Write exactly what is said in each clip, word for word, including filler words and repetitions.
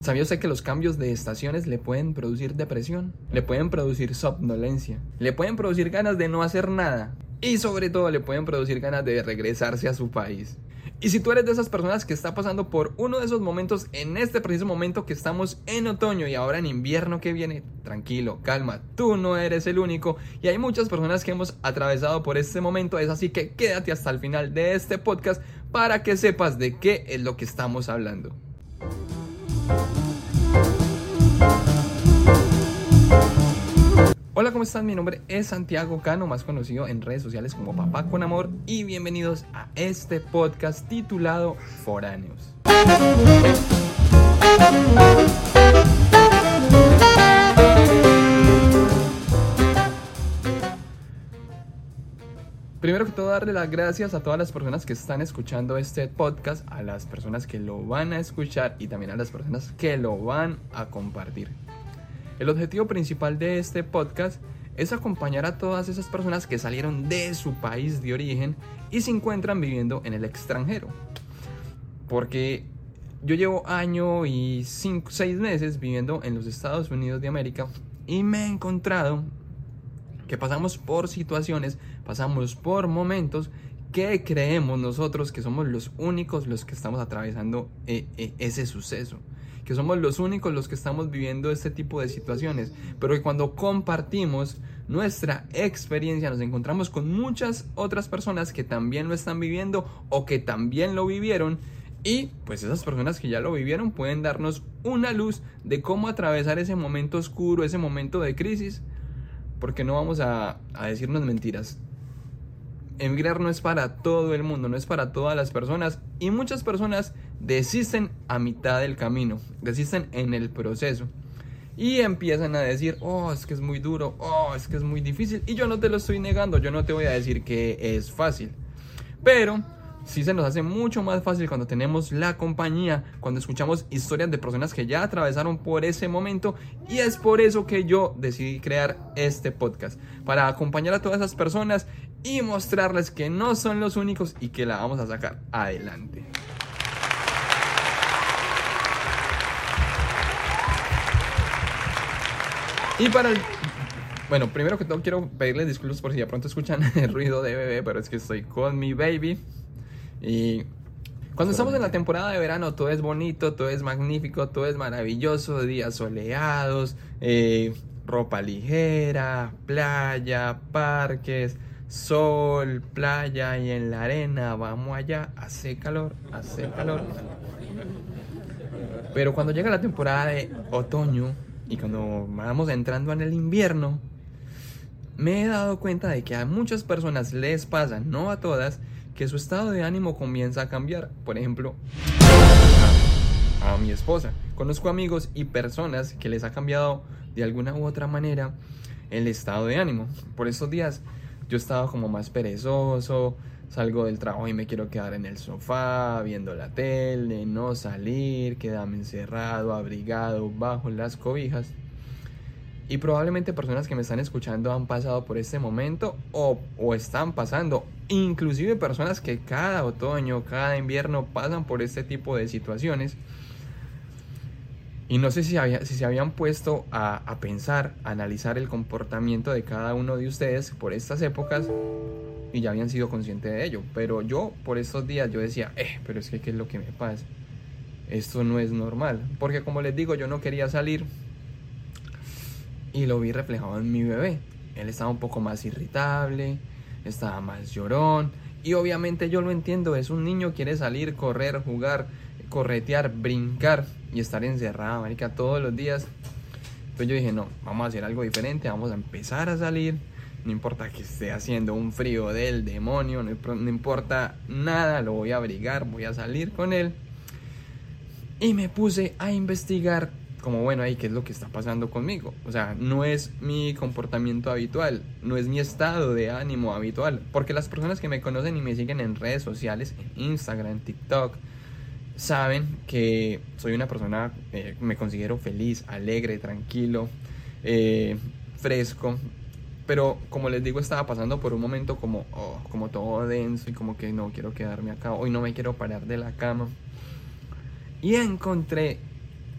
¿Sabía usted que los cambios de estaciones le pueden producir depresión? Le pueden producir somnolencia, le pueden producir ganas de no hacer nada y sobre todo le pueden producir ganas de regresarse a su país. Y si tú eres de esas personas que está pasando por uno de esos momentos en este preciso momento que estamos en otoño y ahora en invierno que viene, tranquilo, calma, tú no eres el único y hay muchas personas que hemos atravesado por este momento. Es así que quédate hasta el final de este podcast para que sepas de qué es lo que estamos hablando. Hola, ¿cómo están? Mi nombre es Santiago Cano, más conocido en redes sociales como Papá con Amor, y bienvenidos a este podcast titulado Foráneos. Primero que todo, darle las gracias a todas las personas que están escuchando este podcast, a las personas que lo van a escuchar y también a las personas que lo van a compartir. El objetivo principal de este podcast es acompañar a todas esas personas que salieron de su país de origen y se encuentran viviendo en el extranjero. Porque yo llevo año y cinco, seis meses viviendo en los Estados Unidos de América y me he encontrado que pasamos por situaciones, pasamos por momentos que creemos nosotros que somos los únicos los que estamos atravesando eh, eh, ese suceso, que somos los únicos los que estamos viviendo este tipo de situaciones, pero que cuando compartimos nuestra experiencia nos encontramos con muchas otras personas que también lo están viviendo o que también lo vivieron, y pues esas personas que ya lo vivieron pueden darnos una luz de cómo atravesar ese momento oscuro, ese momento de crisis, porque no vamos a, a decirnos mentiras. Emigrar no es para todo el mundo, no es para todas las personas, y muchas personas desisten a mitad del camino, desisten en el proceso y empiezan a decir: oh, es que es muy duro, oh, es que es muy difícil. Y yo no te lo estoy negando, yo no te voy a decir que es fácil, pero sí se nos hace mucho más fácil cuando tenemos la compañía, cuando escuchamos historias de personas que ya atravesaron por ese momento. Y es por eso que yo decidí crear este podcast, para acompañar a todas esas personas y mostrarles que no son los únicos y que la vamos a sacar adelante. Y para el... Bueno, primero que todo quiero pedirles disculpas por si de pronto escuchan el ruido de bebé, pero es que estoy con mi baby. Y cuando estamos en la temporada de verano todo es bonito, todo es magnífico, todo es maravilloso, días soleados, eh, ropa ligera, playa, parques, sol, playa, y en la arena vamos allá, hace calor, hace calor. Pero cuando llega la temporada de otoño y cuando vamos entrando en el invierno, me he dado cuenta de que a muchas personas les pasa, no a todas, que su estado de ánimo comienza a cambiar. Por ejemplo, a, a mi esposa. Conozco amigos y personas que les ha cambiado de alguna u otra manera el estado de ánimo. Por estos días yo estaba como más perezoso, salgo del trabajo y me quiero quedar en el sofá viendo la tele, no salir, quedarme encerrado, abrigado bajo las cobijas. Y probablemente personas que me están escuchando han pasado por este momento o, o están pasando, inclusive personas que cada otoño, cada invierno pasan por este tipo de situaciones. Y no sé si, había, si se habían puesto a, a pensar, a analizar el comportamiento de cada uno de ustedes por estas épocas y ya habían sido conscientes de ello. Pero yo por estos días yo decía, eh, pero es que ¿qué es lo que me pasa? Esto no es normal. Porque como les digo, yo no quería salir. Y lo vi reflejado en mi bebé. Él estaba un poco más irritable, estaba más llorón. Y obviamente yo lo entiendo, es un niño, quiere salir, correr, jugar, corretear, brincar y estar encerrado, marica, todos los días. Entonces yo dije, no, vamos a hacer algo diferente, vamos a empezar a salir. No importa que esté haciendo un frío del demonio, no, no importa nada, lo voy a abrigar, voy a salir con él. Y me puse a investigar como, bueno, ahí, ¿qué es lo que está pasando conmigo? O sea, no es mi comportamiento habitual, no es mi estado de ánimo habitual. Porque las personas que me conocen y me siguen en redes sociales, en Instagram, TikTok, saben que soy una persona, eh, me considero feliz, alegre, tranquilo, eh, fresco. Pero como les digo, estaba pasando por un momento como, oh, como todo denso y como que no quiero quedarme acá, hoy no me quiero parar de la cama. Y encontré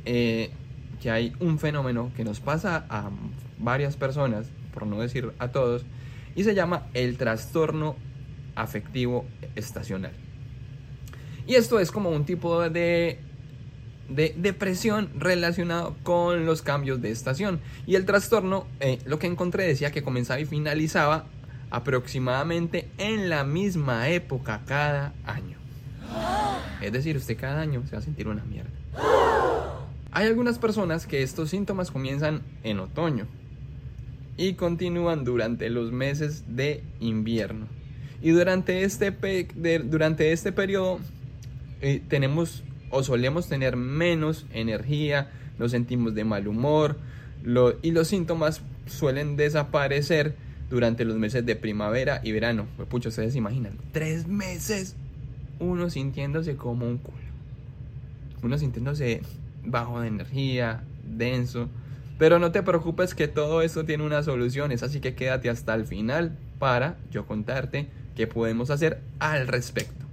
eh, que hay un fenómeno que nos pasa a varias personas, por no decir a todos, y se llama el trastorno afectivo estacional. Y esto es como un tipo de, de depresión relacionado con los cambios de estación. Y el trastorno, eh, lo que encontré decía que comenzaba y finalizaba aproximadamente en la misma época cada año. Es decir, usted cada año se va a sentir una mierda. Hay algunas personas que estos síntomas comienzan en otoño y continúan durante los meses de invierno. Y durante este, pe de, durante este periodo eh, tenemos o solemos tener menos energía, nos sentimos de mal humor lo, y los síntomas suelen desaparecer durante los meses de primavera y verano. Pues pucha, ustedes se imaginan, tres meses uno sintiéndose como un culo, uno sintiéndose bajo de energía, denso. Pero no te preocupes, que todo esto tiene una solución, es así que quédate hasta el final para yo contarte qué podemos hacer al respecto.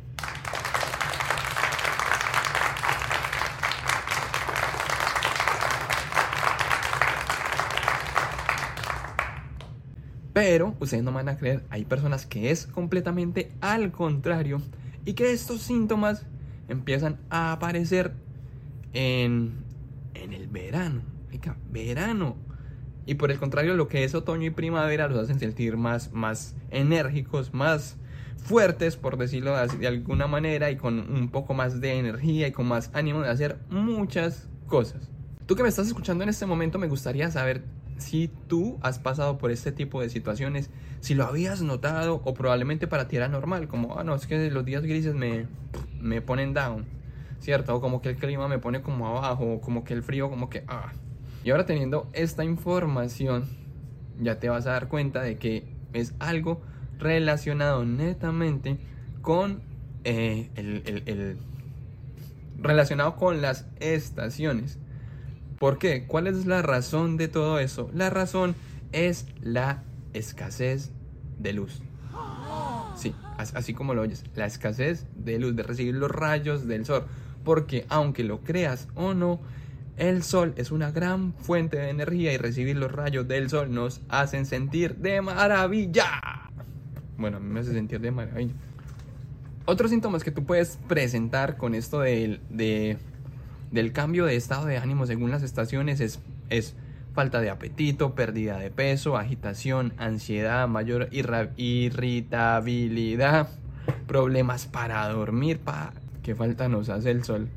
Pero ustedes no van a creer, hay personas que es completamente al contrario y que estos síntomas empiezan a aparecer en, en el verano. Verano. Y por el contrario, lo que es otoño y primavera los hacen sentir más, más enérgicos, más fuertes, por decirlo de alguna manera, y con un poco más de energía y con más ánimo de hacer muchas cosas. Tú que me estás escuchando en este momento, me gustaría saber si tú has pasado por este tipo de situaciones, si lo habías notado o probablemente para ti era normal, como, ah, no, es que los días grises me, me ponen down, ¿cierto? O como que el clima me pone como abajo, o como que el frío como que, ah. Y ahora teniendo esta información, ya te vas a dar cuenta de que es algo relacionado netamente con eh, el, el, el relacionado con las estaciones. ¿Por qué? ¿Cuál es la razón de todo eso? La razón es la escasez de luz. Sí, así como lo oyes, la escasez de luz, de recibir los rayos del sol. Porque aunque lo creas o no, el sol es una gran fuente de energía y recibir los rayos del sol nos hacen sentir de maravilla. Bueno, a mí me hace sentir de maravilla. Otros síntomas que tú puedes presentar con esto del, de, del cambio de estado de ánimo según las estaciones es, es falta de apetito, pérdida de peso, agitación, ansiedad, mayor irra, irritabilidad, problemas para dormir. Pa, ¿qué falta nos hace el sol?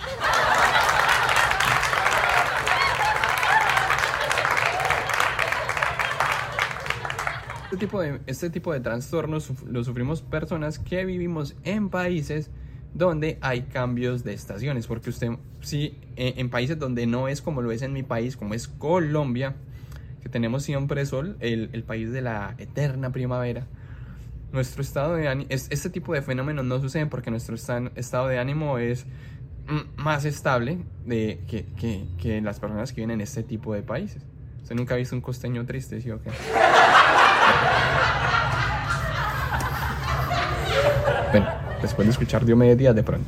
Este tipo de, este tipo de trastornos lo sufrimos personas que vivimos en países donde hay cambios de estaciones, porque usted, sí, en, en países donde no es como lo es en mi país, como es Colombia, que tenemos siempre sol, el, el país de la eterna primavera, nuestro estado de ánimo, es, este tipo de fenómenos no suceden porque nuestro esta, estado de ánimo es mm, más estable de, que, que, que las personas que viven en este tipo de países. ¿Usted nunca ha visto un costeño triste, sí o qué? Bueno, después de escuchar Diomedes Díaz de pronto.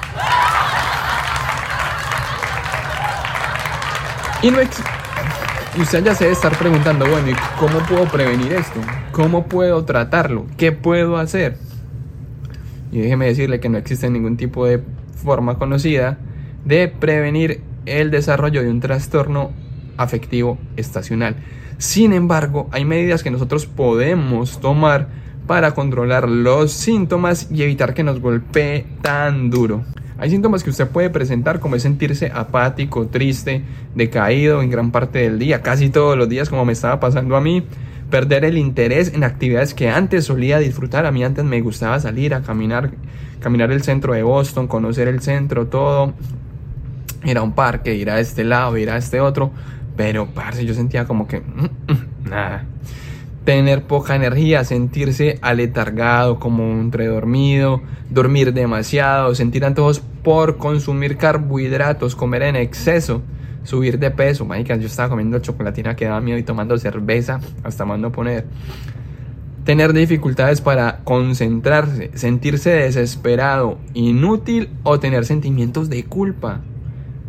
Y, no y usted ya se debe estar preguntando, bueno, ¿y cómo puedo prevenir esto? ¿Cómo puedo tratarlo? ¿Qué puedo hacer? Y déjeme decirle que no existe ningún tipo de forma conocida de prevenir el desarrollo de un trastorno afectivo estacional. Sin embargo, hay medidas que nosotros podemos tomar para controlar los síntomas y evitar que nos golpee tan duro. Hay síntomas que usted puede presentar, como es sentirse apático, triste, decaído en gran parte del día, casi todos los días, como me estaba pasando a mí. Perder el interés en actividades que antes solía disfrutar. A mí antes me gustaba salir a caminar, caminar el centro de Boston, conocer el centro, todo. Ir a un parque, ir a este lado, ir a este otro. Pero, parce, yo sentía como que mm, mm, nada. Tener poca energía, sentirse aletargado, como entre dormido, dormir demasiado, sentir antojos por consumir carbohidratos, comer en exceso, subir de peso. Marica, yo estaba comiendo chocolatina que daba miedo y tomando cerveza hasta más no poner. Tener dificultades para concentrarse, sentirse desesperado, inútil o tener sentimientos de culpa.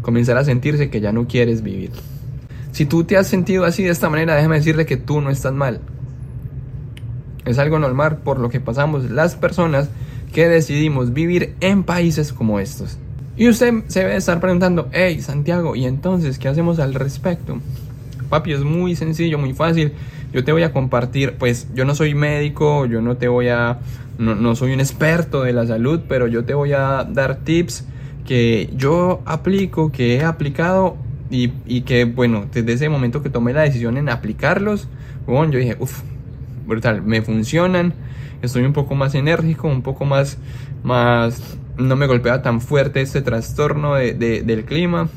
comenzar a sentirse que ya no quieres vivir. Si tú te has sentido así de esta manera, déjame decirle que tú no estás mal. Es algo normal por lo que pasamos las personas que decidimos vivir en países como estos. Y usted se debe estar preguntando, hey Santiago, ¿y entonces qué hacemos al respecto? Papi, es muy sencillo, muy fácil. Yo te voy a compartir, pues yo no soy médico, yo no te voy a, no, no soy un experto de la salud, pero yo te voy a dar tips que yo aplico, que he aplicado y, y que, bueno, desde ese momento que tomé la decisión en aplicarlos, bueno, yo dije, uff, brutal, me funcionan, estoy un poco más enérgico, un poco más, más, no me golpea tan fuerte este trastorno de, de, del clima.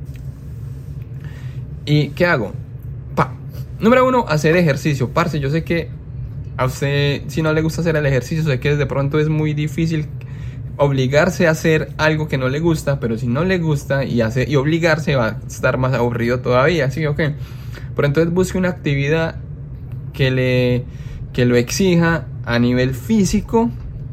¿Y qué hago? Pa. Número uno, hacer ejercicio. Parce, yo sé que a usted, si no le gusta hacer el ejercicio, sé que de pronto es muy difícil obligarse a hacer algo que no le gusta, pero si no le gusta y, hace, y obligarse va a estar más aburrido todavía, ¿sí o qué? Pero entonces busque una actividad que, le, que lo exija a nivel físico,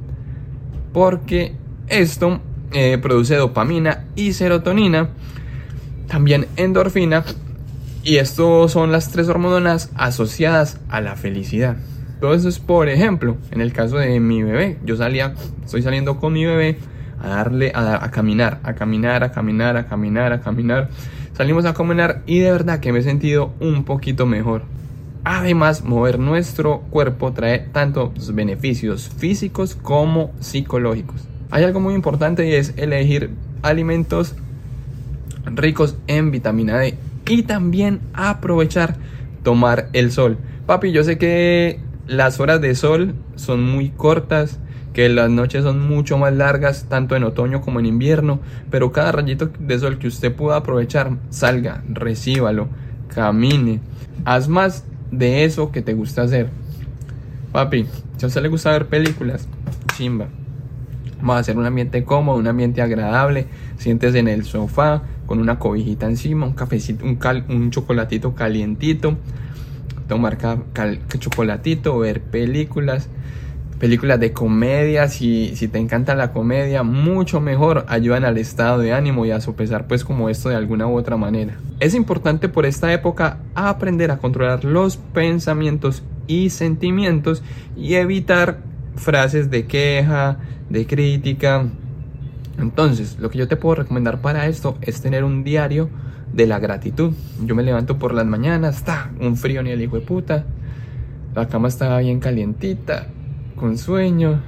porque esto eh, produce dopamina y serotonina, también endorfina, y estos son las tres hormonas asociadas a la felicidad. Todo eso es, por ejemplo, en el caso de mi bebé. Yo salía, estoy saliendo con mi bebé a darle, a, a caminar, a caminar, a caminar, a caminar, a caminar. Salimos a caminar y de verdad que me he sentido un poquito mejor. Además, mover nuestro cuerpo trae tanto beneficios físicos como psicológicos. Hay algo muy importante y es elegir alimentos ricos en vitamina D y también aprovechar tomar el sol. Papi, yo sé que las horas de sol son muy cortas, que las noches son mucho más largas, tanto en otoño como en invierno, pero cada rayito de sol que usted pueda aprovechar, salga, recíbalo, camine, haz más de eso que te gusta hacer. Papi, si a usted le gusta ver películas, chimba, vamos a hacer un ambiente cómodo, un ambiente agradable, siéntese en el sofá con una cobijita encima, un cafecito, un, cal, un chocolatito calientito, tomar cal, cal, chocolatito, ver películas, películas de comedia. Si, si te encanta la comedia, mucho mejor, ayudan al estado de ánimo y a sopesar pues como esto de alguna u otra manera. Es importante por esta época aprender a controlar los pensamientos y sentimientos y evitar frases de queja, de crítica. Entonces, lo que yo te puedo recomendar para esto es tener un diario de la gratitud. Yo me levanto por las mañanas, está un frío ni el hijo de puta, la cama está bien calientita, con sueño,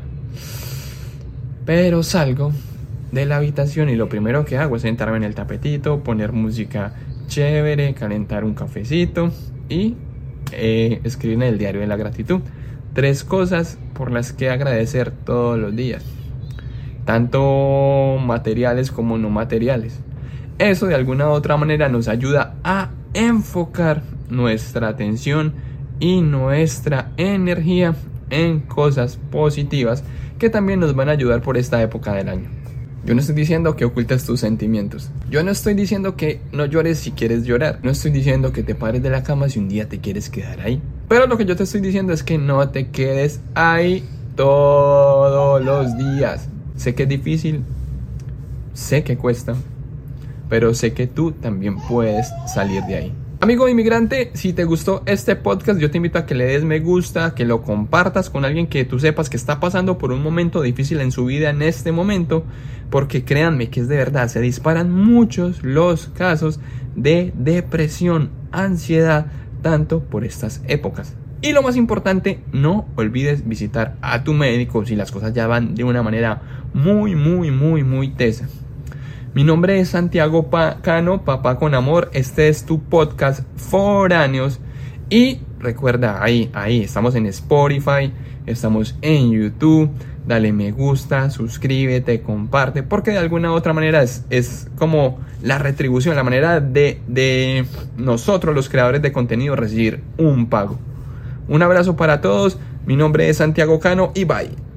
pero salgo de la habitación y lo primero que hago es sentarme en el tapetito, poner música chévere, calentar un cafecito y eh, escribir en el diario de la gratitud tres cosas por las que agradecer todos los días, tanto materiales como no materiales. Eso de alguna u otra manera nos ayuda a enfocar nuestra atención y nuestra energía en cosas positivas que también nos van a ayudar por esta época del año. Yo no estoy diciendo que ocultes tus sentimientos. Yo no estoy diciendo que no llores si quieres llorar. No estoy diciendo que te pares de la cama si un día te quieres quedar ahí. Pero lo que yo te estoy diciendo es que no te quedes ahí todos los días. Sé que es difícil, sé que cuesta, pero sé que tú también puedes salir de ahí. Amigo inmigrante, si te gustó este podcast, yo te invito a que le des me gusta, que lo compartas con alguien que tú sepas que está pasando por un momento difícil en su vida en este momento, porque créanme que es de verdad, se disparan muchos los casos de depresión, ansiedad, tanto por estas épocas. Y lo más importante, no olvides visitar a tu médico si las cosas ya van de una manera muy, muy, muy, muy tesa. Mi nombre es Santiago Cano, Papá con Amor. Este es tu podcast Foráneos. Y recuerda, ahí, ahí, estamos en Spotify, estamos en YouTube. Dale me gusta, suscríbete, comparte, porque de alguna u otra manera es, es como la retribución, la manera de, de nosotros, los creadores de contenido, recibir un pago. Un abrazo para todos. Mi nombre es Santiago Cano y bye.